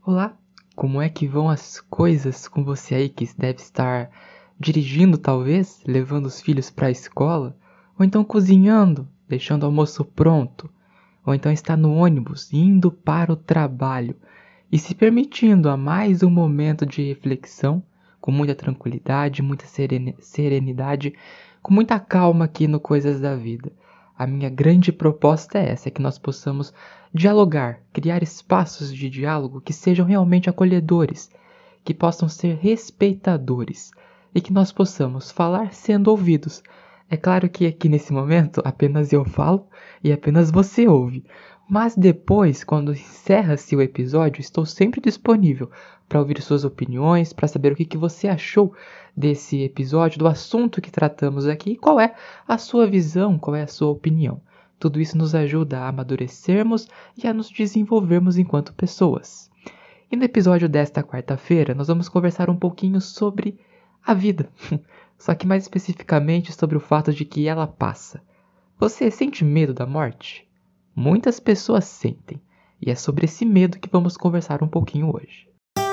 Olá, como é que vão as coisas com você aí que deve estar dirigindo talvez, levando os filhos para a escola, ou então cozinhando, deixando o almoço pronto, ou então está no ônibus indo para o trabalho e se permitindo a mais um momento de reflexão com muita tranquilidade, muita serenidade, com muita calma aqui no Coisas da Vida. A minha grande proposta é essa, é que nós possamos dialogar, criar espaços de diálogo que sejam realmente acolhedores, que possam ser respeitadores e que nós possamos falar sendo ouvidos. É claro que aqui nesse momento apenas eu falo e apenas você ouve, mas depois, quando encerra-se o episódio, estou sempre disponível para ouvir suas opiniões, para saber o que você achou desse episódio, do assunto que tratamos aqui e qual é a sua visão, qual é a sua opinião. Tudo isso nos ajuda a amadurecermos e a nos desenvolvermos enquanto pessoas. E no episódio desta quarta-feira, nós vamos conversar um pouquinho sobre a vida, só que mais especificamente sobre o fato de que ela passa. Você sente medo da morte? Muitas pessoas sentem, e é sobre esse medo que vamos conversar um pouquinho hoje.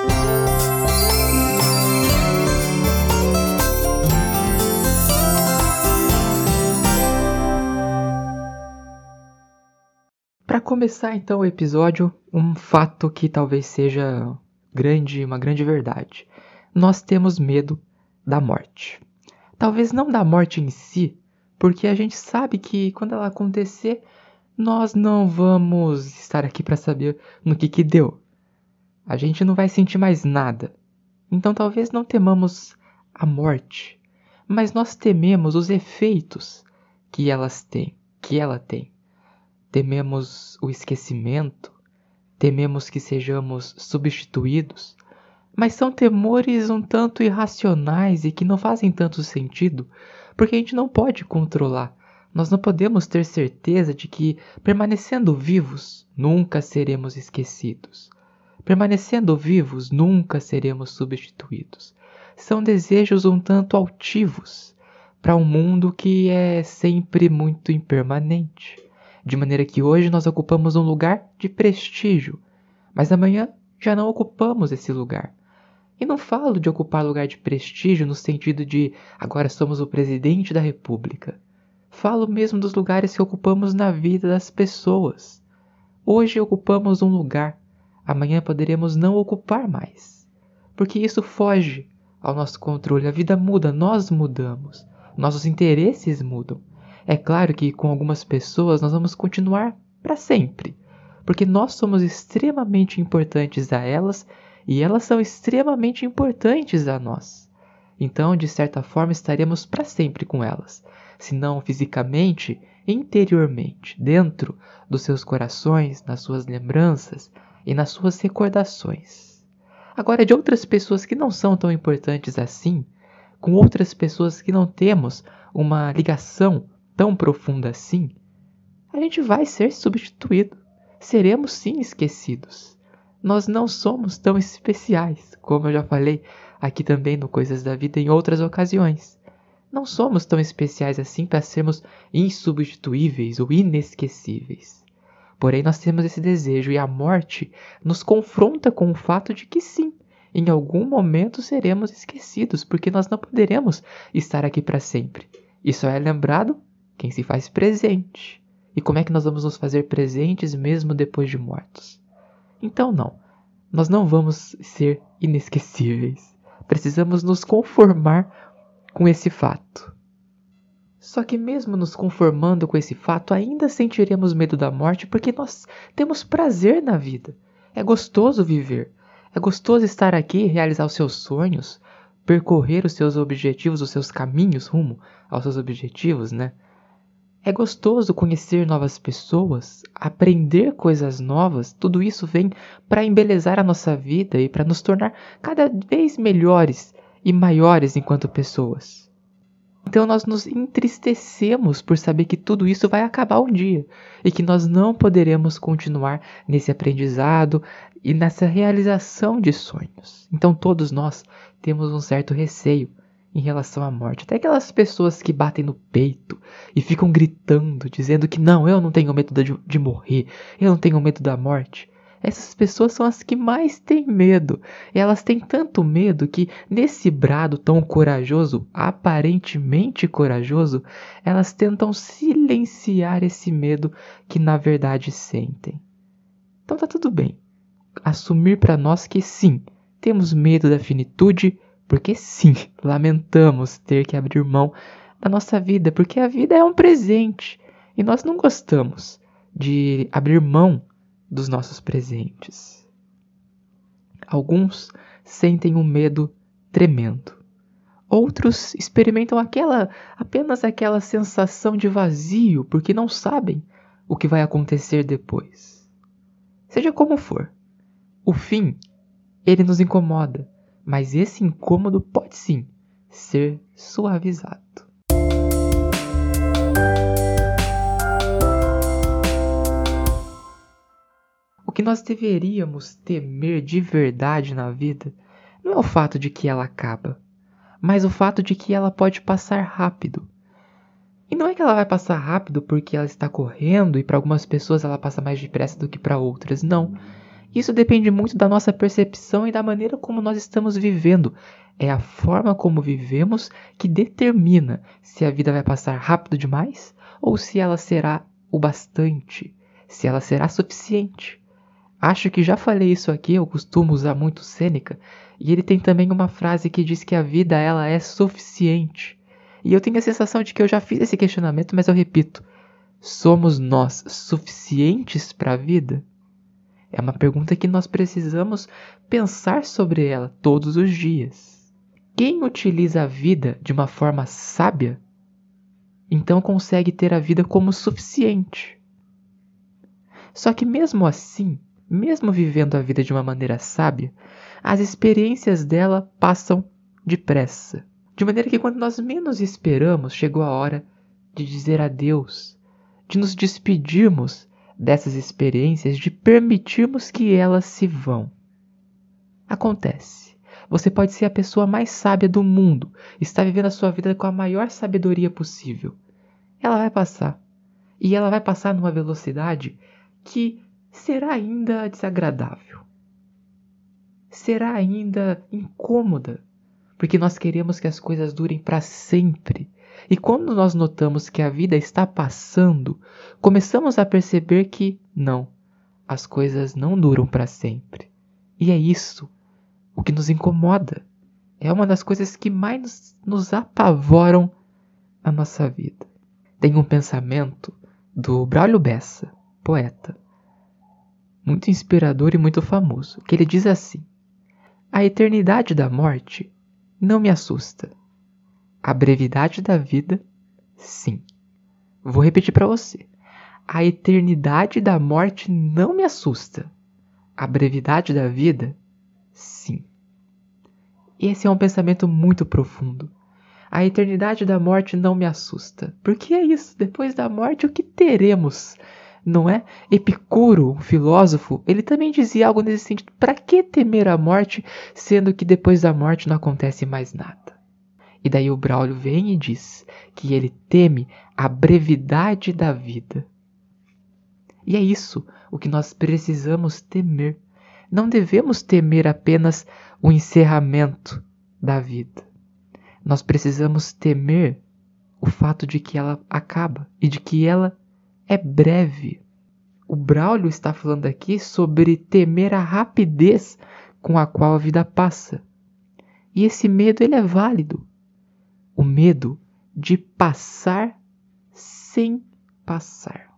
Para começar então o episódio, um fato que talvez seja uma grande verdade. Nós temos medo da morte. Talvez não da morte em si, porque a gente sabe que quando ela acontecer, nós não vamos estar aqui para saber no que deu. A gente não vai sentir mais nada. Então talvez não temamos a morte, mas nós tememos os efeitos que ela tem. Tememos o esquecimento, tememos que sejamos substituídos, mas são temores um tanto irracionais e que não fazem tanto sentido, porque a gente não pode controlar. Nós não podemos ter certeza de que, permanecendo vivos, nunca seremos esquecidos. Permanecendo vivos, nunca seremos substituídos. São desejos um tanto altivos para um mundo que é sempre muito impermanente. De maneira que hoje nós ocupamos um lugar de prestígio, mas amanhã já não ocupamos esse lugar. E não falo de ocupar lugar de prestígio no sentido de agora somos o presidente da república. Falo mesmo dos lugares que ocupamos na vida das pessoas. Hoje ocupamos um lugar, amanhã poderemos não ocupar mais. Porque isso foge ao nosso controle, a vida muda, nós mudamos, nossos interesses mudam. É claro que com algumas pessoas nós vamos continuar para sempre, porque nós somos extremamente importantes a elas e elas são extremamente importantes a nós. Então, de certa forma, estaremos para sempre com elas, se não fisicamente, interiormente, dentro dos seus corações, nas suas lembranças e nas suas recordações. Agora, de outras pessoas que não são tão importantes assim, com outras pessoas que não temos uma ligação tão profunda assim, a gente vai ser substituído. Seremos sim esquecidos. Nós não somos tão especiais, como eu já falei aqui também no Coisas da Vida em outras ocasiões. Não somos tão especiais assim para sermos insubstituíveis ou inesquecíveis. Porém, nós temos esse desejo e a morte nos confronta com o fato de que sim, em algum momento seremos esquecidos, porque nós não poderemos estar aqui para sempre. E só é lembrado quem se faz presente. E como é que nós vamos nos fazer presentes mesmo depois de mortos? Então não, nós não vamos ser inesquecíveis. Precisamos nos conformar com esse fato. Só que mesmo nos conformando com esse fato, ainda sentiremos medo da morte porque nós temos prazer na vida. É gostoso viver. É gostoso estar aqui e realizar os seus sonhos, percorrer os seus objetivos, os seus caminhos rumo aos seus objetivos, né? É gostoso conhecer novas pessoas, aprender coisas novas, tudo isso vem para embelezar a nossa vida e para nos tornar cada vez melhores e maiores enquanto pessoas. Então nós nos entristecemos por saber que tudo isso vai acabar um dia e que nós não poderemos continuar nesse aprendizado e nessa realização de sonhos. Então todos nós temos um certo receio em relação à morte. Até aquelas pessoas que batem no peito e ficam gritando, dizendo que não, eu não tenho medo de morrer, eu não tenho medo da morte. Essas pessoas são as que mais têm medo. Elas têm tanto medo que, nesse brado tão corajoso, aparentemente corajoso, elas tentam silenciar esse medo que na verdade sentem. Então tá tudo bem. Assumir para nós que sim, temos medo da finitude, porque sim, lamentamos ter que abrir mão da nossa vida, porque a vida é um presente e nós não gostamos de abrir mão dos nossos presentes. Alguns sentem um medo tremendo. Outros experimentam apenas aquela sensação de vazio, porque não sabem o que vai acontecer depois. Seja como for, o fim, ele nos incomoda, mas esse incômodo pode sim ser suavizado. O que nós deveríamos temer de verdade na vida não é o fato de que ela acaba, mas o fato de que ela pode passar rápido. E não é que ela vai passar rápido porque ela está correndo e para algumas pessoas ela passa mais depressa do que para outras, não. Isso depende muito da nossa percepção e da maneira como nós estamos vivendo. É a forma como vivemos que determina se a vida vai passar rápido demais ou se ela será o bastante, se ela será suficiente. Acho que já falei isso aqui, eu costumo usar muito Sêneca, e ele tem também uma frase que diz que a vida ela é suficiente. E eu tenho a sensação de que eu já fiz esse questionamento, mas eu repito, somos nós suficientes para a vida? É uma pergunta que nós precisamos pensar sobre ela todos os dias. Quem utiliza a vida de uma forma sábia, então consegue ter a vida como suficiente. Só que mesmo assim, mesmo vivendo a vida de uma maneira sábia, as experiências dela passam depressa. De maneira que quando nós menos esperamos, chegou a hora de dizer adeus, de nos despedirmos dessas experiências, de permitirmos que elas se vão. Acontece. Você pode ser a pessoa mais sábia do mundo, está vivendo a sua vida com a maior sabedoria possível. Ela vai passar. E ela vai passar numa velocidade que será ainda desagradável. Será ainda incômoda, porque nós queremos que as coisas durem para sempre. E quando nós notamos que a vida está passando, começamos a perceber que não, as coisas não duram para sempre. E é isso o que nos incomoda. É uma das coisas que mais nos apavoram na nossa vida. Tem um pensamento do Braulio Bessa, poeta, muito inspirador e muito famoso, que ele diz assim: a eternidade da morte não me assusta. A brevidade da vida, sim. Vou repetir para você. A eternidade da morte não me assusta. A brevidade da vida, sim. Esse é um pensamento muito profundo. A eternidade da morte não me assusta. Porque é isso, depois da morte o que teremos? Não é? Epicuro, um filósofo, ele também dizia algo nesse sentido. Para que temer a morte, sendo que depois da morte não acontece mais nada? E daí o Braulio vem e diz que ele teme a brevidade da vida. E é isso o que nós precisamos temer. Não devemos temer apenas o encerramento da vida. Nós precisamos temer o fato de que ela acaba e de que ela é breve. O Braulio está falando aqui sobre temer a rapidez com a qual a vida passa. E esse medo ele é válido. O medo de passar sem passar.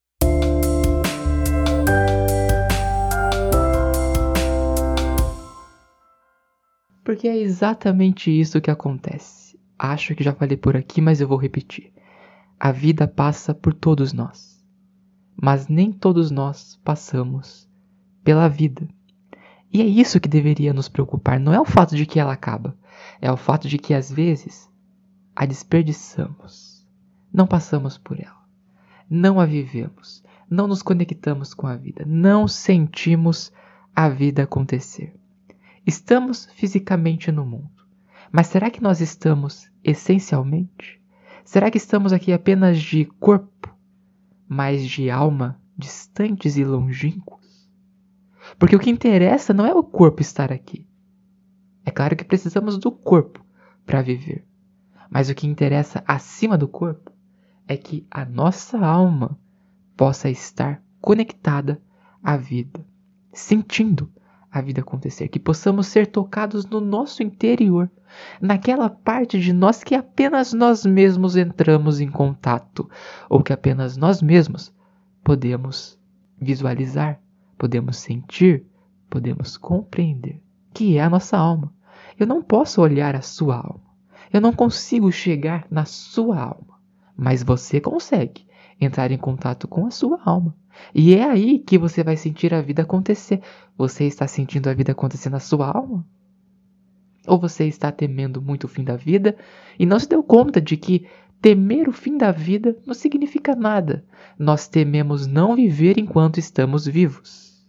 Porque é exatamente isso que acontece. Acho que já falei por aqui, mas eu vou repetir. A vida passa por todos nós. Mas nem todos nós passamos pela vida. E é isso que deveria nos preocupar. Não é o fato de que ela acaba. É o fato de que às vezes a desperdiçamos. Não passamos por ela. Não a vivemos. Não nos conectamos com a vida. Não sentimos a vida acontecer. Estamos fisicamente no mundo. Mas será que nós estamos essencialmente? Será que estamos aqui apenas de corpo, mas de alma distantes e longínquos? Porque o que interessa não é o corpo estar aqui. É claro que precisamos do corpo para viver. Mas o que interessa acima do corpo é que a nossa alma possa estar conectada à vida, sentindo a vida acontecer, que possamos ser tocados no nosso interior, naquela parte de nós que apenas nós mesmos entramos em contato, ou que apenas nós mesmos podemos visualizar, podemos sentir, podemos compreender, que é a nossa alma. Eu não posso olhar a sua alma, eu não consigo chegar na sua alma, mas você consegue entrar em contato com a sua alma. E é aí que você vai sentir a vida acontecer. Você está sentindo a vida acontecer na sua alma? Ou você está temendo muito o fim da vida e não se deu conta de que temer o fim da vida não significa nada. Nós tememos não viver enquanto estamos vivos.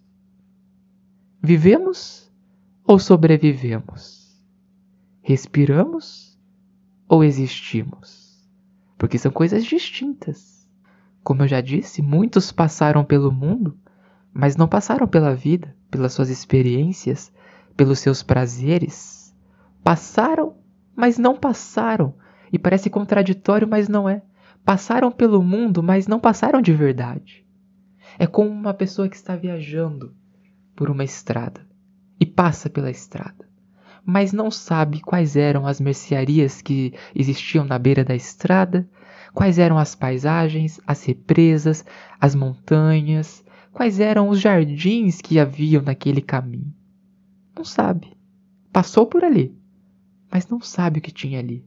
Vivemos ou sobrevivemos? Respiramos ou existimos? Porque são coisas distintas. Como eu já disse, muitos passaram pelo mundo, mas não passaram pela vida, pelas suas experiências, pelos seus prazeres. Passaram, mas não passaram. E parece contraditório, mas não é. Passaram pelo mundo, mas não passaram de verdade. É como uma pessoa que está viajando por uma estrada e passa pela estrada, mas não sabe quais eram as mercearias que existiam na beira da estrada, quais eram as paisagens, as represas, as montanhas, quais eram os jardins que haviam naquele caminho. Não sabe. Passou por ali, mas não sabe o que tinha ali.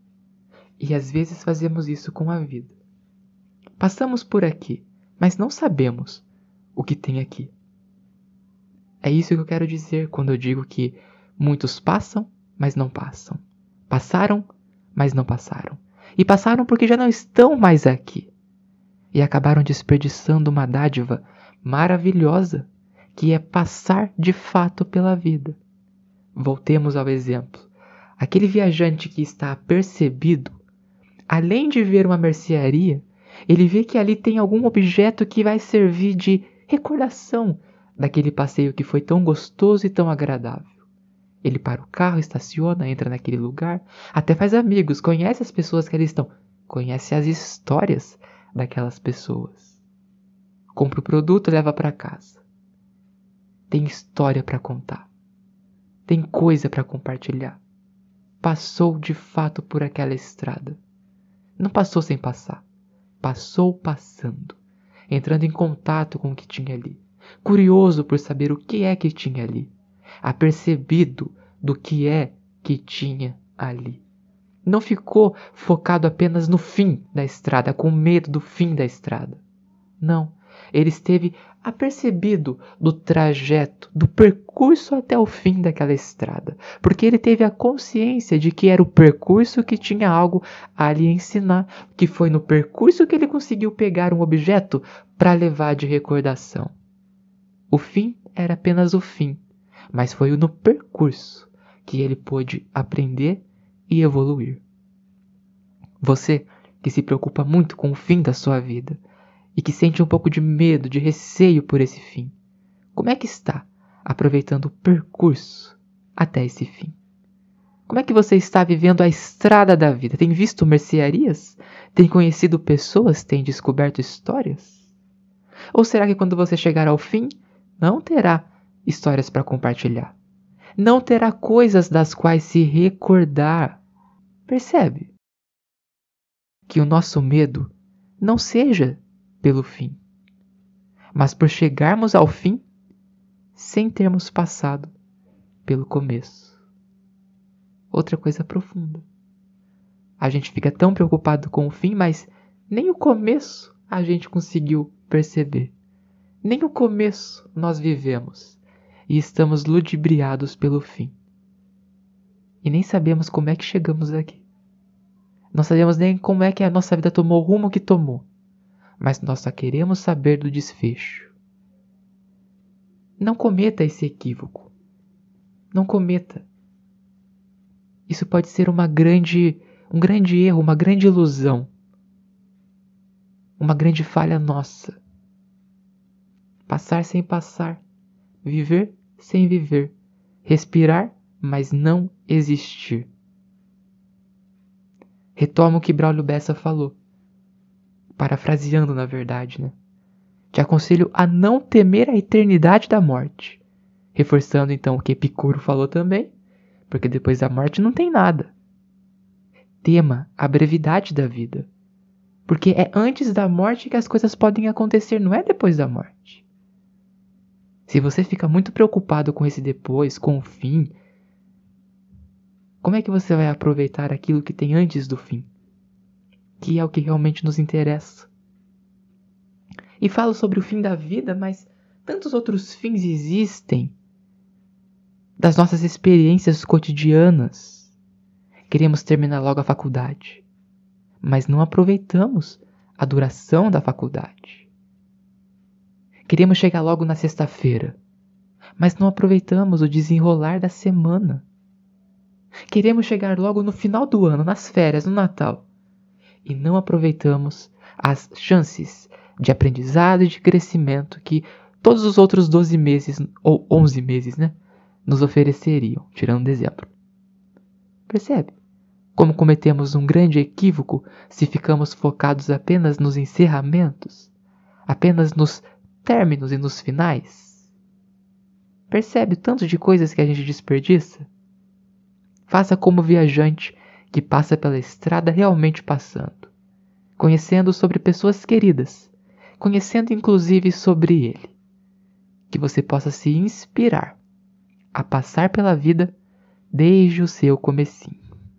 E às vezes fazemos isso com a vida. Passamos por aqui, mas não sabemos o que tem aqui. É isso que eu quero dizer quando eu digo que muitos passam, mas não passam. Passaram, mas não passaram. E passaram porque já não estão mais aqui. E acabaram desperdiçando uma dádiva maravilhosa, que é passar de fato pela vida. Voltemos ao exemplo. Aquele viajante que está apercebido, além de ver uma mercearia, ele vê que ali tem algum objeto que vai servir de recordação daquele passeio que foi tão gostoso e tão agradável. Ele para o carro, estaciona, entra naquele lugar, até faz amigos, conhece as pessoas que ali estão, conhece as histórias daquelas pessoas. Compra o produto e leva para casa. Tem história para contar. Tem coisa para compartilhar. Passou de fato por aquela estrada. Não passou sem passar. Passou passando, entrando em contato com o que tinha ali. Curioso por saber o que é que tinha ali. Apercebido do que é que tinha ali. Não ficou focado apenas no fim da estrada, com medo do fim da estrada. Não, ele esteve apercebido do trajeto, do percurso até o fim daquela estrada, porque ele teve a consciência de que era o percurso que tinha algo a lhe ensinar, que foi no percurso que ele conseguiu pegar um objeto para levar de recordação. O fim era apenas o fim, mas foi no percurso que ele pôde aprender e evoluir. Você que se preocupa muito com o fim da sua vida e que sente um pouco de medo, de receio por esse fim, como é que está aproveitando o percurso até esse fim? Como é que você está vivendo a estrada da vida? Tem visto mercearias? Tem conhecido pessoas? Tem descoberto histórias? Ou será que quando você chegar ao fim, não terá histórias para compartilhar? Não terá coisas das quais se recordar? Percebe? Que o nosso medo não seja pelo fim, mas por chegarmos ao fim sem termos passado pelo começo. Outra coisa profunda. A gente fica tão preocupado com o fim, mas nem o começo a gente conseguiu perceber. Nem o começo nós vivemos e estamos ludibriados pelo fim. E nem sabemos como é que chegamos aqui. Não sabemos nem como é que a nossa vida tomou o rumo que tomou, mas nós só queremos saber do desfecho. Não cometa esse equívoco. Não cometa. Isso pode ser um grande erro, uma grande ilusão. Uma grande falha nossa. Passar sem passar. viver sem viver, respirar, mas não existir. Retomo o que Braulio Bessa falou, parafraseando na verdade, né? Te aconselho a não temer a eternidade da morte, reforçando então o que Epicuro falou também, porque depois da morte não tem nada. Tema a brevidade da vida, porque é antes da morte que as coisas podem acontecer, não é depois da morte. Se você fica muito preocupado com esse depois, com o fim, como é que você vai aproveitar aquilo que tem antes do fim? Que é o que realmente nos interessa. E falo sobre o fim da vida, mas tantos outros fins existem das nossas experiências cotidianas. Queremos terminar logo a faculdade, mas não aproveitamos a duração da faculdade. Queremos chegar logo na sexta-feira, mas não aproveitamos o desenrolar da semana. Queremos chegar logo no final do ano, nas férias, no Natal, e não aproveitamos as chances de aprendizado e de crescimento que todos os outros 12 meses, ou 11 meses, né, nos ofereceriam, tirando dezembro. Percebe? Como cometemos um grande equívoco se ficamos focados apenas nos encerramentos, apenas nos términos e nos finais? Percebe o tanto de coisas que a gente desperdiça? Faça como o viajante que passa pela estrada realmente passando, conhecendo sobre pessoas queridas, conhecendo inclusive sobre ele. Que você possa se inspirar a passar pela vida desde o seu comecinho.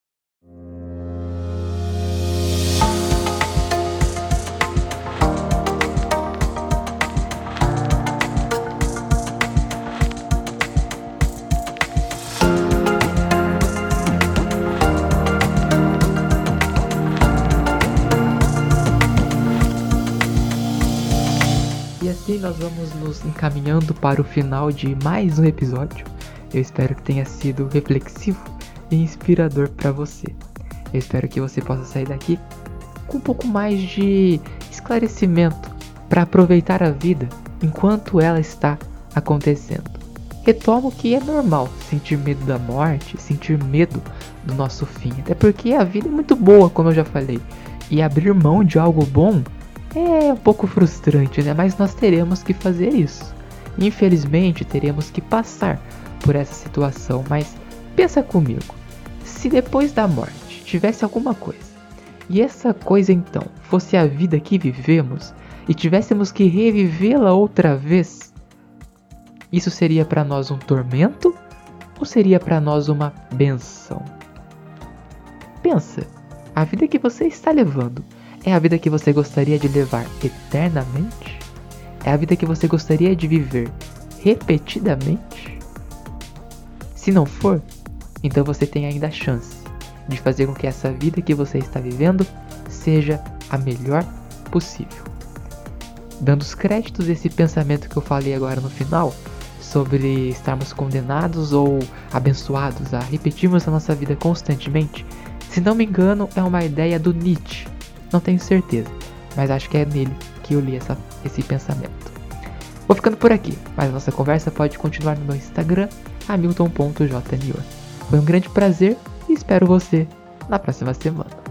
E assim nós vamos nos encaminhando para o final de mais um episódio. Eu espero que tenha sido reflexivo e inspirador para você. Eu espero que você possa sair daqui com um pouco mais de esclarecimento para aproveitar a vida enquanto ela está acontecendo. Retomo que é normal sentir medo da morte, sentir medo do nosso fim, até porque a vida é muito boa, como eu já falei, e abrir mão de algo bom é um pouco frustrante, né? Mas nós teremos que fazer isso. Infelizmente, teremos que passar por essa situação. Mas pensa comigo, se depois da morte tivesse alguma coisa, e essa coisa então fosse a vida que vivemos, e tivéssemos que revivê-la outra vez, isso seria para nós um tormento ou seria para nós uma bênção? Pensa, a vida que você está levando é a vida que você gostaria de levar eternamente? É a vida que você gostaria de viver repetidamente? Se não for, então você tem ainda a chance de fazer com que essa vida que você está vivendo seja a melhor possível. Dando os créditos a esse pensamento que eu falei agora no final, sobre estarmos condenados ou abençoados a repetirmos a nossa vida constantemente, se não me engano é uma ideia do Nietzsche. Não tenho certeza, mas acho que é nele que eu li esse pensamento. Vou ficando por aqui, mas a nossa conversa pode continuar no meu Instagram, hamilton.jnior. Foi um grande prazer e espero você na próxima semana.